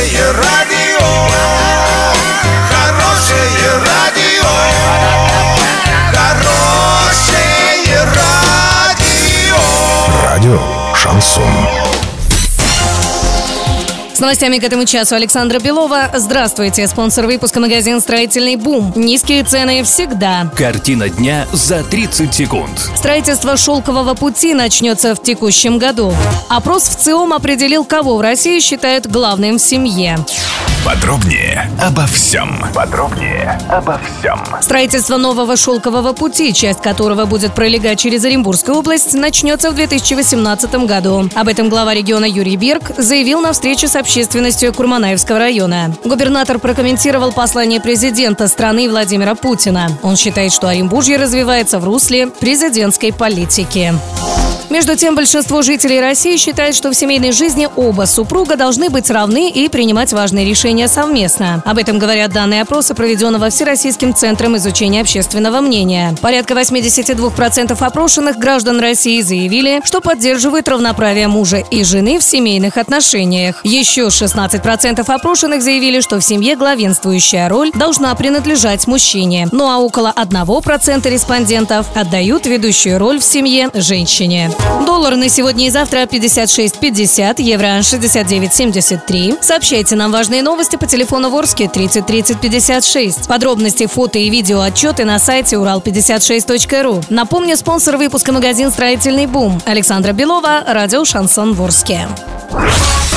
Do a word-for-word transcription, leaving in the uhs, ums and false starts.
Хорошее радио, хорошее радио, хорошее радио. Радио Шансон. С новостями к этому часу Александра Белова. Здравствуйте. Спонсор выпуска — магазин «Строительный бум». Низкие цены всегда. Картина дня за тридцать секунд. Строительство шелкового пути начнется в текущем году. Опрос в ЦИОМ определил, кого в России считают главным в семье. Подробнее обо всем. Подробнее обо всем. Строительство нового шелкового пути, часть которого будет пролегать через Оренбургскую область, начнется в две тысячи восемнадцатом году. Об этом глава региона Юрий Берг заявил на встрече с общественностью Курманаевского района. Губернатор прокомментировал послание президента страны Владимира Путина. Он считает, что Оренбуржье развивается в русле президентской политики. Между тем, большинство жителей России считает, что в семейной жизни оба супруга должны быть равны и принимать важные решения совместно. Об этом говорят данные опроса, проведенного Всероссийским центром изучения общественного мнения. Порядка восемьдесят два процента опрошенных граждан России заявили, что поддерживают равноправие мужа и жены в семейных отношениях. Еще шестнадцать процентов опрошенных заявили, что в семье главенствующая роль должна принадлежать мужчине. Ну а около одного процента респондентов отдают ведущую роль в семье женщине. Доллар на сегодня и завтра пятьдесят шесть пятьдесят, евро шестьдесят девять семьдесят три. Сообщайте нам важные новости по телефону Ворске тридцать тридцать пятьдесят шесть. Подробности, фото и видео отчеты на сайте урал пятьдесят шесть точка ру. Напомню, спонсор выпуска — магазин «Строительный бум». Александра Белова, радио Шансон Ворске.